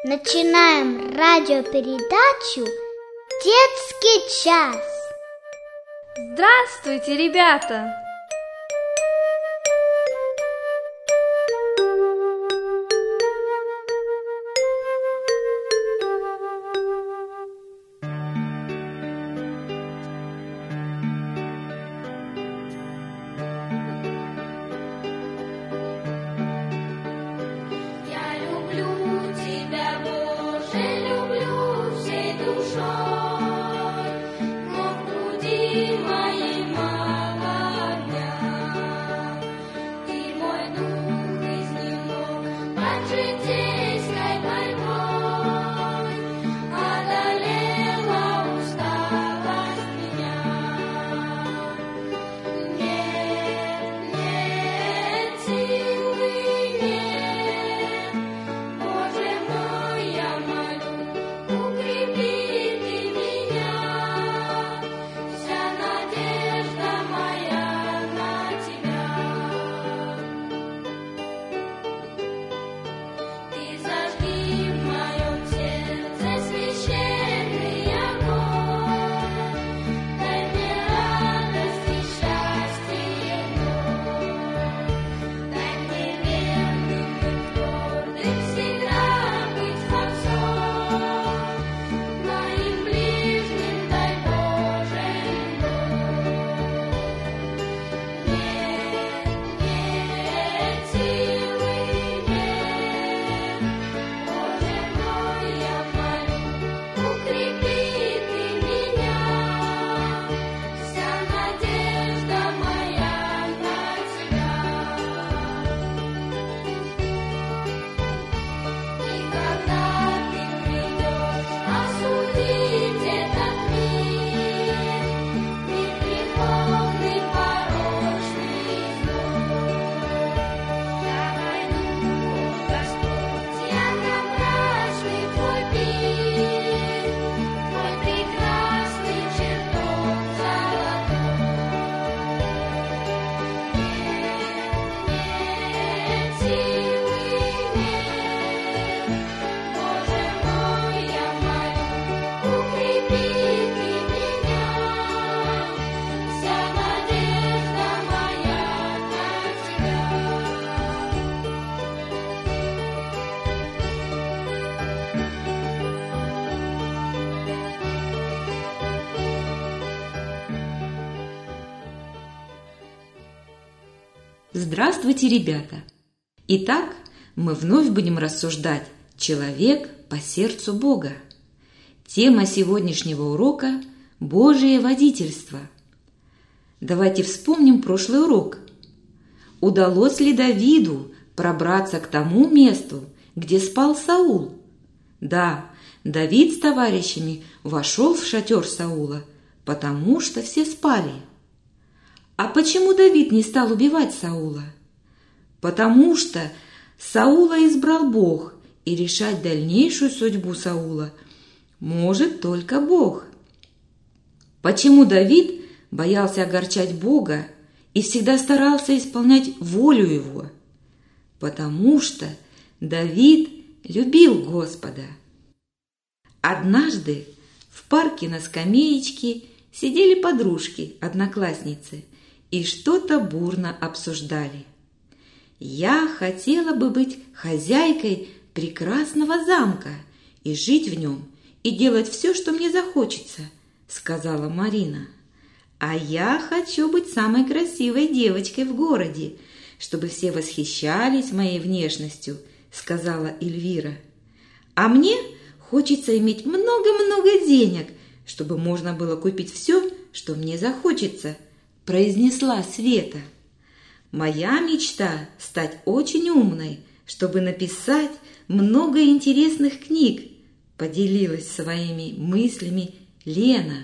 Начинаем радиопередачу «Детский час». Здравствуйте, ребята! Здравствуйте, ребята! Итак, мы вновь будем рассуждать «Человек по сердцу Бога». Тема сегодняшнего урока – Божие водительство. Давайте вспомним прошлый урок. Удалось ли Давиду пробраться к тому месту, где спал Саул? Да, Давид с товарищами вошел в шатер Саула, потому что все спали. А почему Давид не стал убивать Саула? Потому что Саула избрал Бог, и решать дальнейшую судьбу Саула может только Бог. Почему Давид боялся огорчать Бога и всегда старался исполнять волю Его? Потому что Давид любил Господа. Однажды в парке на скамеечке сидели подружки, одноклассницы, и что-то бурно обсуждали. «Я хотела бы быть хозяйкой прекрасного замка и жить в нем, и делать все, что мне захочется», — сказала Марина. «А я хочу быть самой красивой девочкой в городе, чтобы все восхищались моей внешностью», — сказала Эльвира. «А мне хочется иметь много-много денег, чтобы можно было купить все, что мне захочется», — произнесла Света. «Моя мечта – стать очень умной, чтобы написать много интересных книг», – поделилась своими мыслями Лена.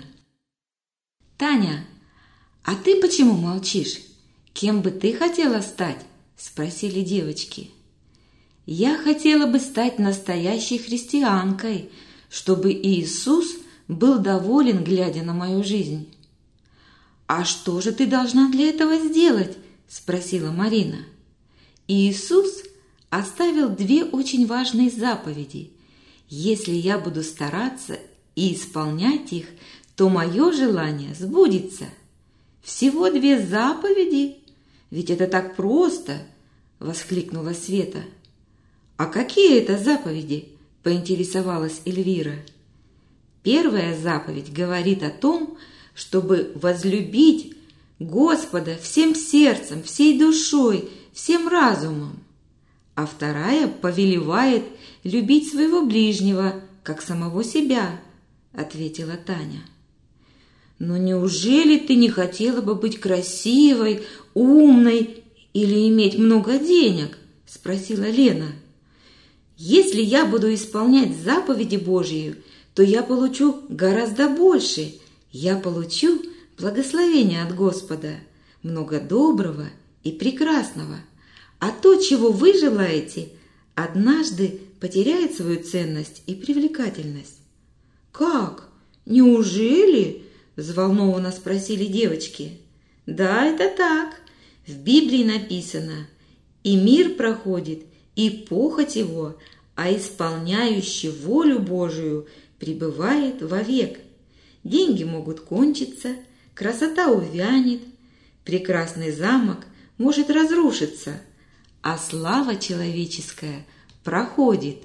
«Таня, а ты почему молчишь? Кем бы ты хотела стать?» – спросили девочки. «Я хотела бы стать настоящей христианкой, чтобы Иисус был доволен, глядя на мою жизнь». «А что же ты должна для этого сделать?» – спросила Марина. Иисус оставил 2 очень важные заповеди, Если я буду стараться и исполнять их, то мое желание сбудется. Всего 2 заповеди? Ведь это так просто!» – воскликнула Света. «А какие это заповеди?» – поинтересовалась Эльвира. «Первая заповедь говорит о том, чтобы возлюбить Господа всем сердцем, всей душой, всем разумом. А вторая повелевает любить своего ближнего, как самого себя», – ответила Таня. «Но неужели ты не хотела бы быть красивой, умной или иметь много денег?» – спросила Лена. «Если я буду исполнять заповеди Божьи, то я получу гораздо больше. Я получу благословение от Господа, много доброго и прекрасного. А то, чего вы желаете, однажды потеряет свою ценность и привлекательность». «Как? Неужели?» – взволнованно спросили девочки. «Да, это так. В Библии написано: «И мир проходит, и похоть его, а исполняющий волю Божию пребывает вовек». Деньги могут кончиться, красота увянет, прекрасный замок может разрушиться, а слава человеческая проходит.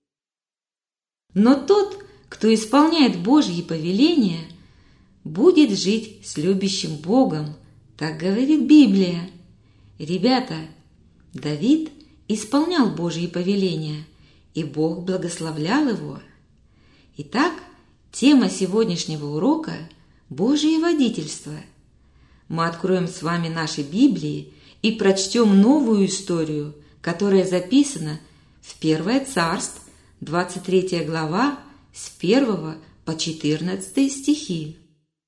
Но тот, кто исполняет Божьи повеления, будет жить с любящим Богом, так говорит Библия. Ребята, Давид исполнял Божьи повеления, и Бог благословлял его. Итак, тема сегодняшнего урока – Божье водительство. Мы откроем с вами наши Библии и прочтем новую историю, которая записана в 1 Царств, 23 глава, с 1 по 14 стихи.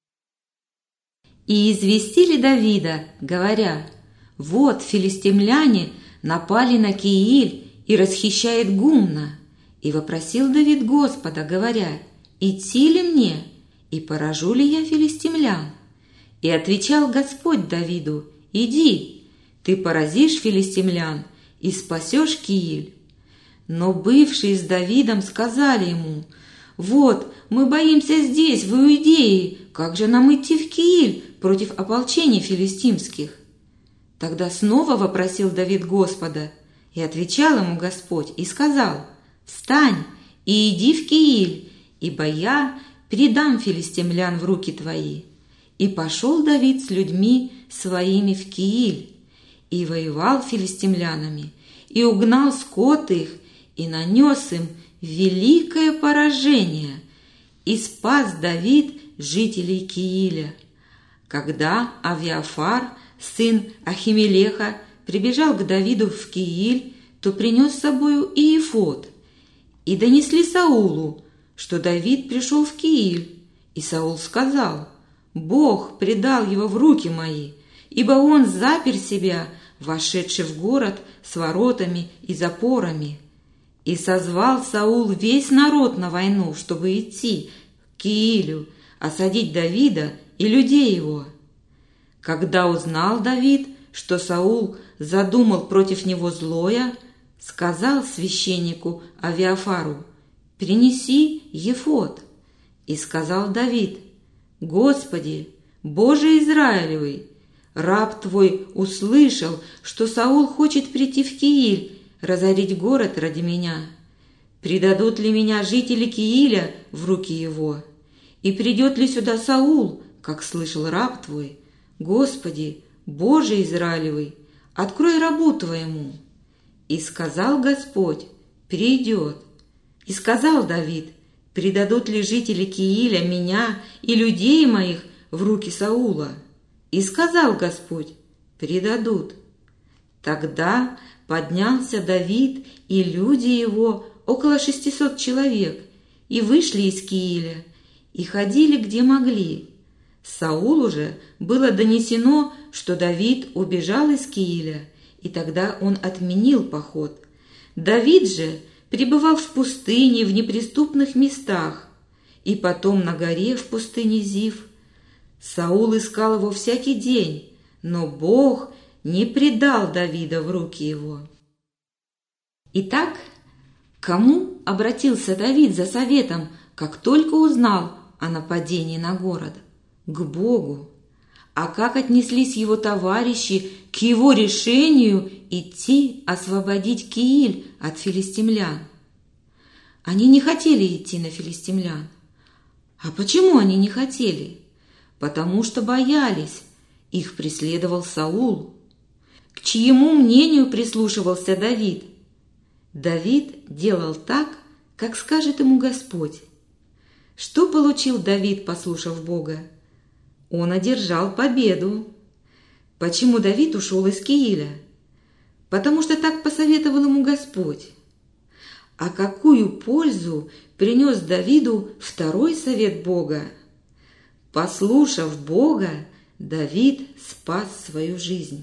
«И известили Давида, говоря: вот филистимляне напали на Кииль и расхищают гумна. И вопросил Давид Господа, говоря: идти ли мне, и поражу ли я филистимлян? И отвечал Господь Давиду: иди, ты поразишь филистимлян и спасешь Кииль. Но бывшие с Давидом сказали ему: вот, мы боимся здесь, в Иудее, как же нам идти в Кииль против ополчения филистимских? Тогда снова вопросил Давид Господа, и отвечал ему Господь, и сказал: встань и иди в Кииль, ибо я предам филистимлян в руки твои. И пошел Давид с людьми своими в Кииль, и воевал филистимлянами, и угнал скот их, и нанес им великое поражение, и спас Давид жителей Кииля. Когда Авиафар, сын Ахимелеха, прибежал к Давиду в Кииль, то принес с собою и эфод. И донесли Саулу, что Давид пришел в Кииль. И Саул сказал: Бог предал его в руки мои, ибо он запер себя, вошедший в город с воротами и запорами. И созвал Саул весь народ на войну, чтобы идти к Киилю, осадить Давида и людей его. Когда узнал Давид, что Саул задумал против него злое, сказал священнику Авиафару: принеси эфод. И сказал Давид: Господи, Боже Израилевый, раб твой услышал, что Саул хочет прийти в Кииль, разорить город ради меня. Предадут ли меня жители Кииля в руки его? И придет ли сюда Саул, как слышал раб твой? Господи, Боже Израилевый, открой рабу твоему. И сказал Господь: придет. И сказал Давид: предадут ли жители Кииля меня и людей моих в руки Саула? И сказал Господь: предадут. Тогда поднялся Давид и люди его, около 600 человек, и вышли из Кииля, и ходили, где могли. Саулу же было донесено, что Давид убежал из Кииля, и тогда он отменил поход. Давид же пребывал в пустыне, в неприступных местах, и потом на горе в пустыне Зив. Саул искал его всякий день, но Бог не предал Давида в руки его. Итак, кому обратился Давид за советом, как только узнал о нападении на город? К Богу. А как отнеслись его товарищи к его решению идти освободить Кииль от филистимлян? Они не хотели идти на филистимлян. А почему они не хотели? Потому что боялись. Их преследовал Саул. К чьему мнению прислушивался Давид? Давид делал так, как скажет ему Господь. Что получил Давид, послушав Бога? Он одержал победу. Почему Давид ушел из Кииля? Потому что так посоветовал ему Господь. А какую пользу принес Давиду второй совет Бога? Послушав Бога, Давид спас свою жизнь.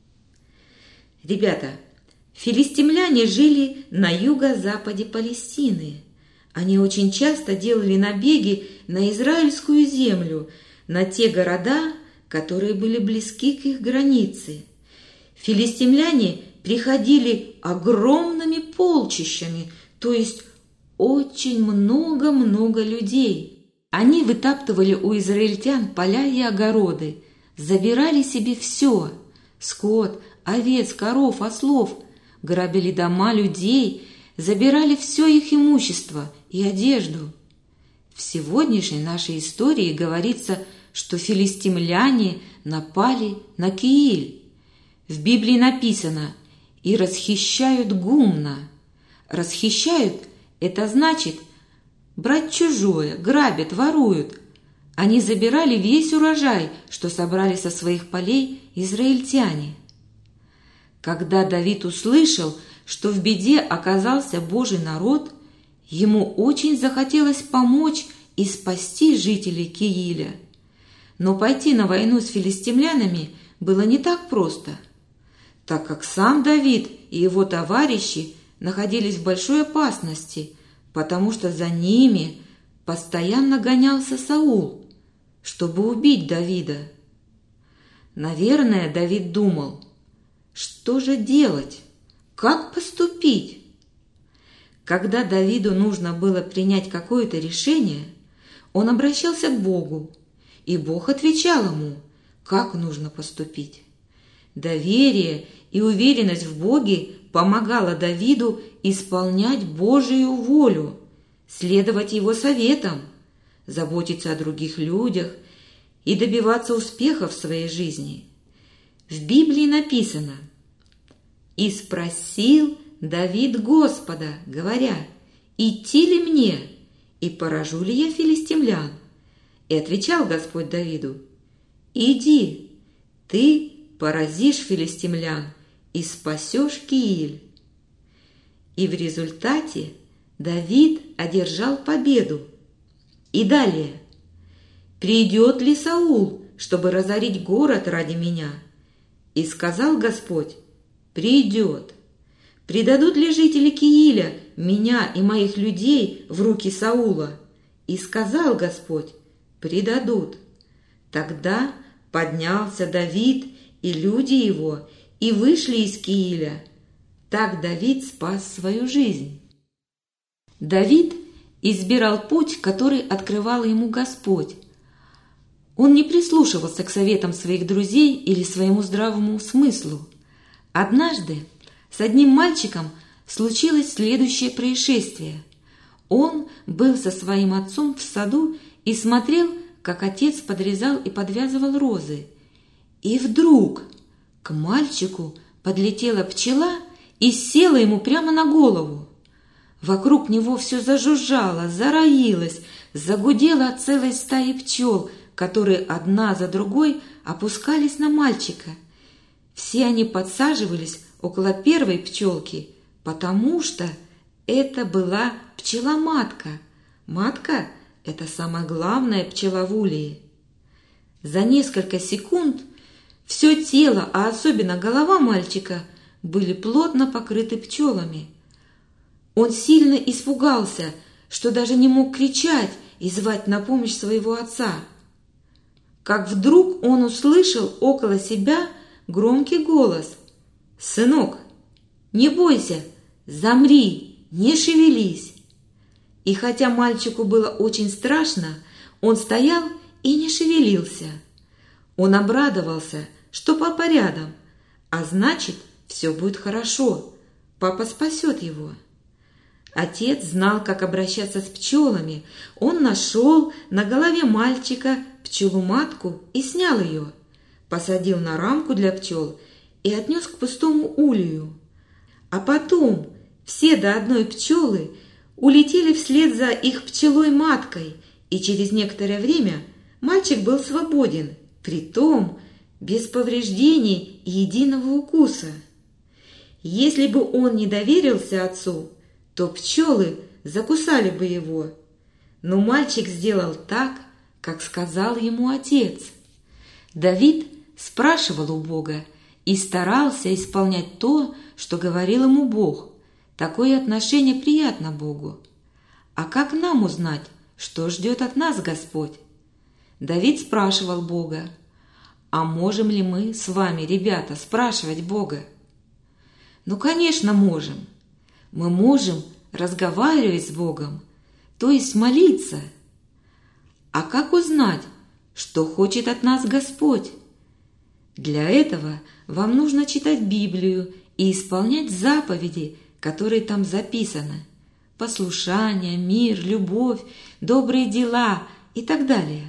Ребята, филистимляне жили на юго-западе Палестины. Они очень часто делали набеги на израильскую землю, на те города, которые были близки к их границе. Филистимляне приходили огромными полчищами, то есть очень много-много людей. Они вытаптывали у израильтян поля и огороды, забирали себе все – скот, овец, коров, ослов, грабили дома людей, забирали все их имущество и одежду. В сегодняшней нашей истории говорится, что филистимляне напали на Кииль. В Библии написано «и расхищают гумно». Расхищают – это значит брать чужое, грабят, воруют. Они забирали весь урожай, что собрали со своих полей израильтяне. Когда Давид услышал, что в беде оказался Божий народ, ему очень захотелось помочь и спасти жителей Кииля. Но пойти на войну с филистимлянами было не так просто, так как сам Давид и его товарищи находились в большой опасности, потому что за ними постоянно гонялся Саул, чтобы убить Давида. Наверное, Давид думал, что же делать, как поступить? Когда Давиду нужно было принять какое-то решение, он обращался к Богу, и Бог отвечал ему, как нужно поступить. Доверие и уверенность в Боге помогало Давиду исполнять Божию волю, следовать Его советам, заботиться о других людях и добиваться успеха в своей жизни. В Библии написано: «И спросил Давид Господа, говоря, идти ли мне, и поражу ли я филистимлян? И отвечал Господь Давиду: иди, ты поразишь филистимлян и спасешь Кииль». И в результате Давид одержал победу. И далее: «Придет ли Саул, чтобы разорить город ради меня? И сказал Господь: придет. Предадут ли жители Кииля меня и моих людей в руки Саула? И сказал Господь: предадут. Тогда поднялся Давид и люди его, и вышли из Кииля. Так Давид спас свою жизнь». Давид избирал путь, который открывал ему Господь. Он не прислушивался к советам своих друзей или своему здравому смыслу. Однажды с одним мальчиком случилось следующее происшествие. Он был со своим отцом в саду и смотрел, как отец подрезал и подвязывал розы. И вдруг к мальчику подлетела пчела и села ему прямо на голову. Вокруг него все зажужжало, зароилось, загудело от целой стаи пчел, которые одна за другой опускались на мальчика. Все они подсаживались около первой пчелки, потому что это была пчела-матка. Матка – это самая главная пчела в улье. За несколько секунд все тело, а особенно голова мальчика, были плотно покрыты пчелами. Он сильно испугался, что даже не мог кричать и звать на помощь своего отца. Как вдруг он услышал около себя громкий голос: «Сынок, не бойся, замри, не шевелись». И хотя мальчику было очень страшно, он стоял и не шевелился. Он обрадовался, что папа рядом, а значит, все будет хорошо, папа спасет его. Отец знал, как обращаться с пчелами. Он нашел на голове мальчика пчелу-матку и снял ее, посадил на рамку для пчел и отнес к пустому улью. А потом все до одной пчелы улетели вслед за их пчелой-маткой, и через некоторое время мальчик был свободен, притом без повреждений и единого укуса. Если бы он не доверился отцу, то пчелы закусали бы его. Но мальчик сделал так, как сказал ему отец. Давид спрашивал у Бога и старался исполнять то, что говорил ему Бог. Такое отношение приятно Богу. А как нам узнать, что ждет от нас Господь? Давид спрашивал Бога: «А можем ли мы с вами, ребята, спрашивать Бога?» Ну, конечно, можем. Мы можем разговаривать с Богом, то есть молиться. А как узнать, что хочет от нас Господь? Для этого вам нужно читать Библию и исполнять заповеди, которые там записаны. Послушание, мир, любовь, добрые дела и так далее.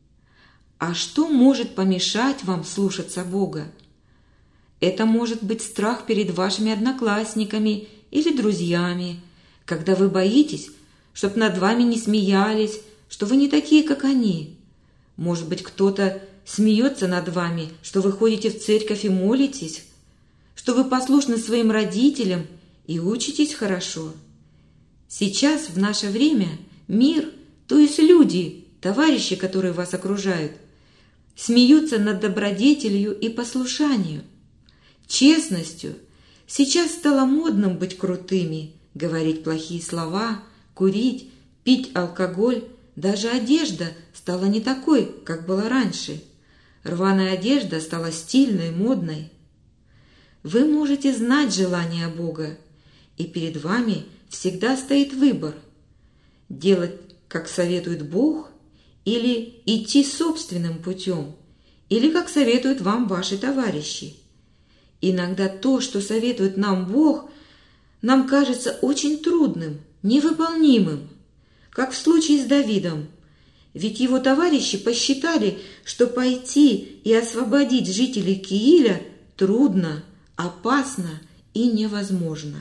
А что может помешать вам слушаться Бога? Это может быть страх перед вашими одноклассниками или друзьями, когда вы боитесь, чтоб над вами не смеялись, что вы не такие, как они. Может быть, кто-то смеется над вами, что вы ходите в церковь и молитесь, что вы послушны своим родителям и учитесь хорошо. Сейчас, в наше время, мир, то есть люди, товарищи, которые вас окружают, смеются над добродетелью и послушанием, честностью. Сейчас стало модным быть крутыми, говорить плохие слова, курить, пить алкоголь. Даже одежда стала не такой, как была раньше. Рваная одежда стала стильной, модной. Вы можете знать желание Бога, и перед вами всегда стоит выбор: делать, как советует Бог, или идти собственным путем, или как советуют вам ваши товарищи. Иногда то, что советует нам Бог, нам кажется очень трудным, невыполнимым, как в случае с Давидом. Ведь его товарищи посчитали, что пойти и освободить жителей Кииля трудно, опасно и невозможно.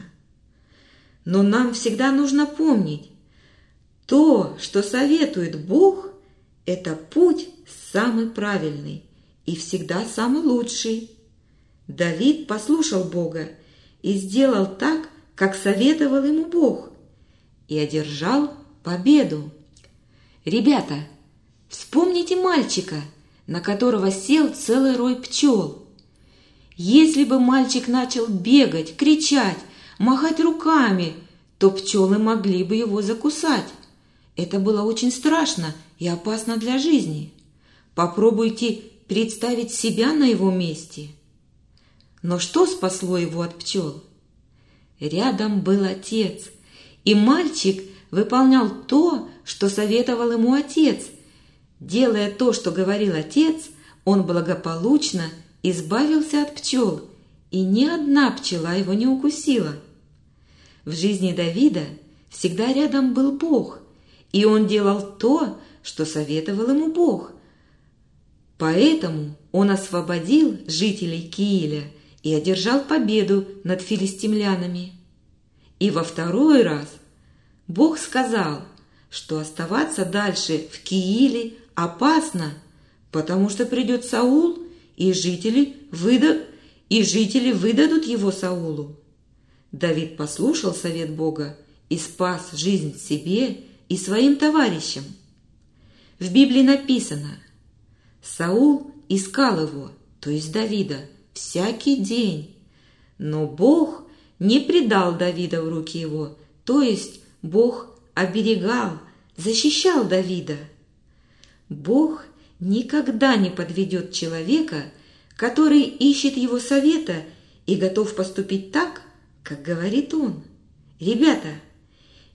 Но нам всегда нужно помнить, то, что советует Бог, это путь самый правильный и всегда самый лучший. Давид послушал Бога и сделал так, как советовал ему Бог, и одержал победу. Ребята, вспомните мальчика, на которого сел целый рой пчел. Если бы мальчик начал бегать, кричать, махать руками, то пчелы могли бы его закусать. Это было очень страшно и опасно для жизни. Попробуйте представить себя на его месте. Но что спасло его от пчел? Рядом был отец, и мальчик выполнял то, что советовал ему отец. Делая то, что говорил отец, он благополучно избавился от пчел, и ни одна пчела его не укусила. В жизни Давида всегда рядом был Бог, и он делал то, что советовал ему Бог. Поэтому он освободил жителей Кииля и одержал победу над филистимлянами. И во второй раз Бог сказал, что оставаться дальше в Кииле опасно, потому что придет Саул, и жители выдадут его Саулу. Давид послушал совет Бога и спас жизнь себе и своим товарищам. В Библии написано: Саул искал его, то есть Давида, всякий день, но Бог не предал Давида в руки его, то есть Бог оберегал, защищал Давида. Бог никогда не подведет человека, который ищет его совета и готов поступить так, как говорит он. Ребята,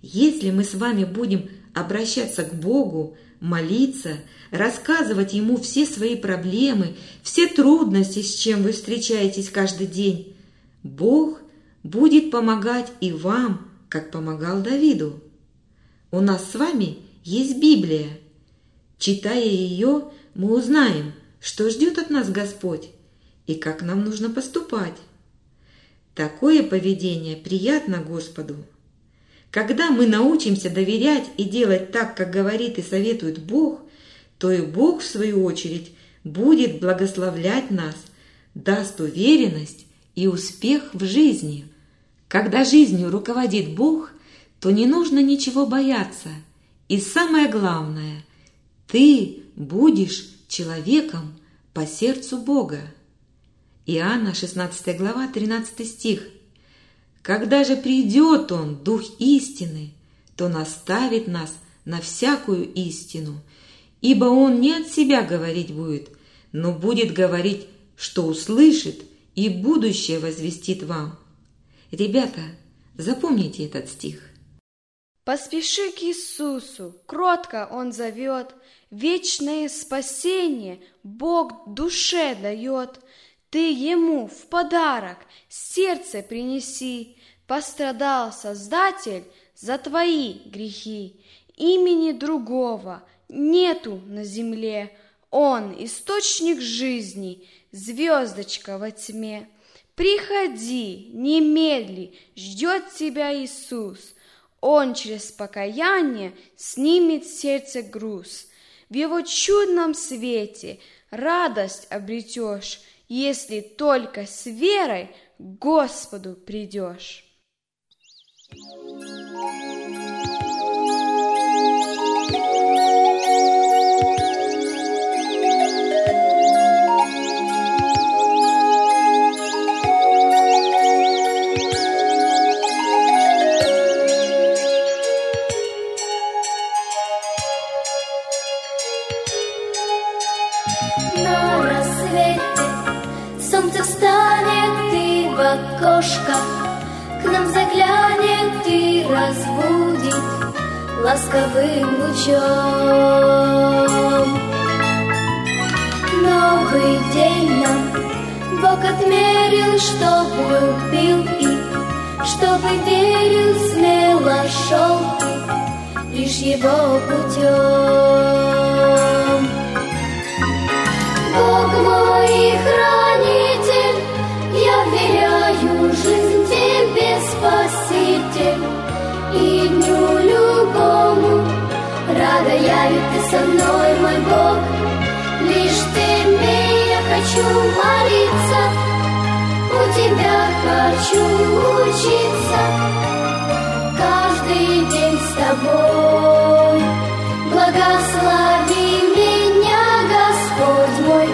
Если мы с вами будем обращаться к Богу, молиться, рассказывать Ему все свои проблемы, все трудности, с чем вы встречаетесь каждый день, Бог будет помогать и вам, как помогал Давиду. У нас с вами есть Библия. Читая ее, мы узнаем, что ждет от нас Господь и как нам нужно поступать. Такое поведение приятно Господу. Когда мы научимся доверять и делать так, как говорит и советует Бог, то и Бог, в свою очередь, будет благословлять нас, даст уверенность и успех в жизни. Когда жизнью руководит Бог, то не нужно ничего бояться. И самое главное, ты будешь человеком по сердцу Бога. Иоанна, 16 глава, 13 стих. «Когда же придет Он, Дух истины, то наставит нас на всякую истину, ибо Он не от себя говорить будет, но будет говорить, что услышит, и будущее возвестит вам». Ребята, запомните этот стих. Поспеши к Иисусу, кротко Он зовет, вечное спасение Бог душе дает. Ты Ему в подарок сердце принеси, пострадал Создатель за твои грехи. Имени другого нету на земле, Он источник жизни, звездочка во тьме. Приходи, не медли, ждет тебя Иисус. Он через покаяние снимет с сердца груз. В Его чудном свете радость обретешь, если только с верой к Господу придешь. На рассвете солнце встанет, и в окошко к нам заглянет и разбудит ласковым лучом. Новый день нам Бог отмерил, чтоб любил и чтобы верил, смело шел ты лишь Его путем. Бог мой и хранитель, я вверяю жизнь Тебе, Спаситель, и дню любому рада я, ведь Ты со мной, мой Бог. Лишь Тебе я хочу молиться, у Тебя хочу учиться, каждый день с Тобой. Благослови меня, Господь мой.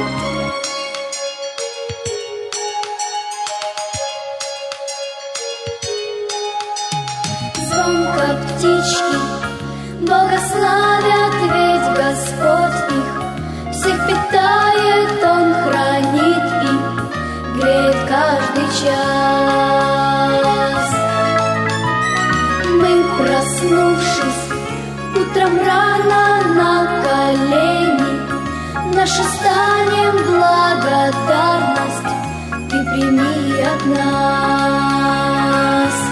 Звонко птички Бога славят, ведь Господь их всех питает, Он хранит и греет каждый час. Мы, проснувшись утром рано, на колени наши станем, благодарность Ты прими от нас.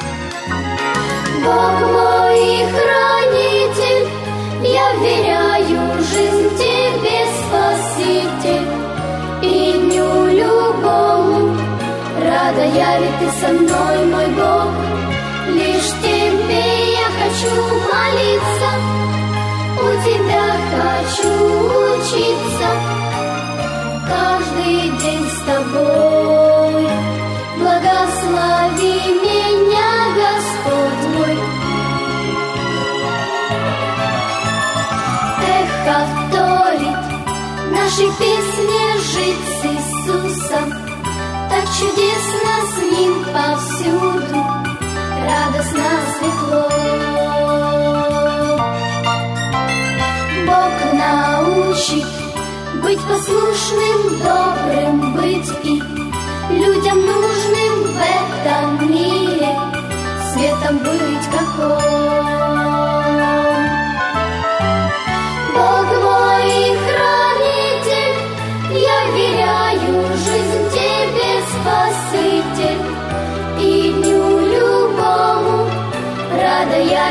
Бог мой и хранитель, я вверяю жизнь Тебе, Спаситель, и дню любому рада я, ведь Ты со мной, мой Бог. Лишь Тебе я хочу молиться, у Тебя хочу учиться, каждый день с Тобой. Благослови меня, Господь мой. Эхо вторит нашей песне, жить с Иисусом так чудесно, с Ним повсюду радостно, светло. Бог научит быть послушным, добрым быть и людям нужным в этом мире, светом быть как Он.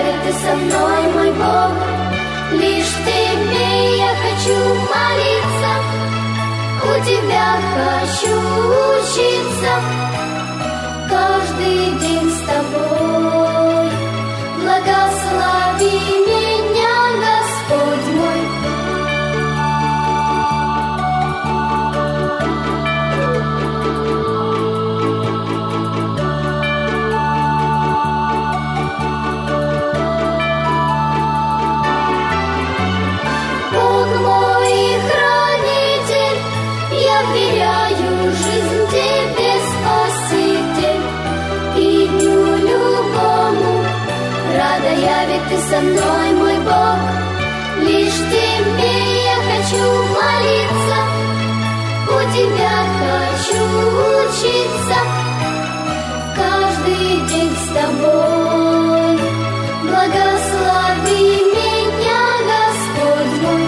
ведь ты со мной, мой Бог. Лишь тебе я хочу молиться, у тебя хочу учиться, каждый день с тобой. Благослови меня, Господь мой. Бог мой и хранитель, я вверяю жизнь тебе, Спаситель, и дню любому. Рада я, ведь ты со мной, мой Бог. Лишь тебе я хочу молиться, у тебя хочу учиться, каждый день с тобой. Благослови меня, Господь мой.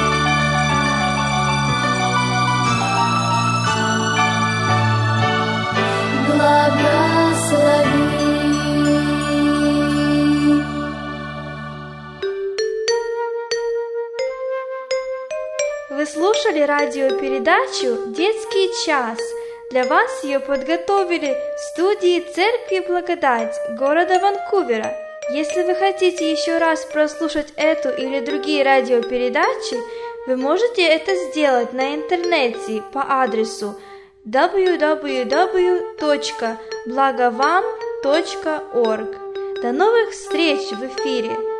Благослови. Вы слушали радиопередачу «Детский час». Для вас ее подготовили в студии Церкви Благодать города Ванкувера. Если вы хотите еще раз прослушать эту или другие радиопередачи, вы можете это сделать на интернете по адресу www.blagovam.org. До новых встреч в эфире!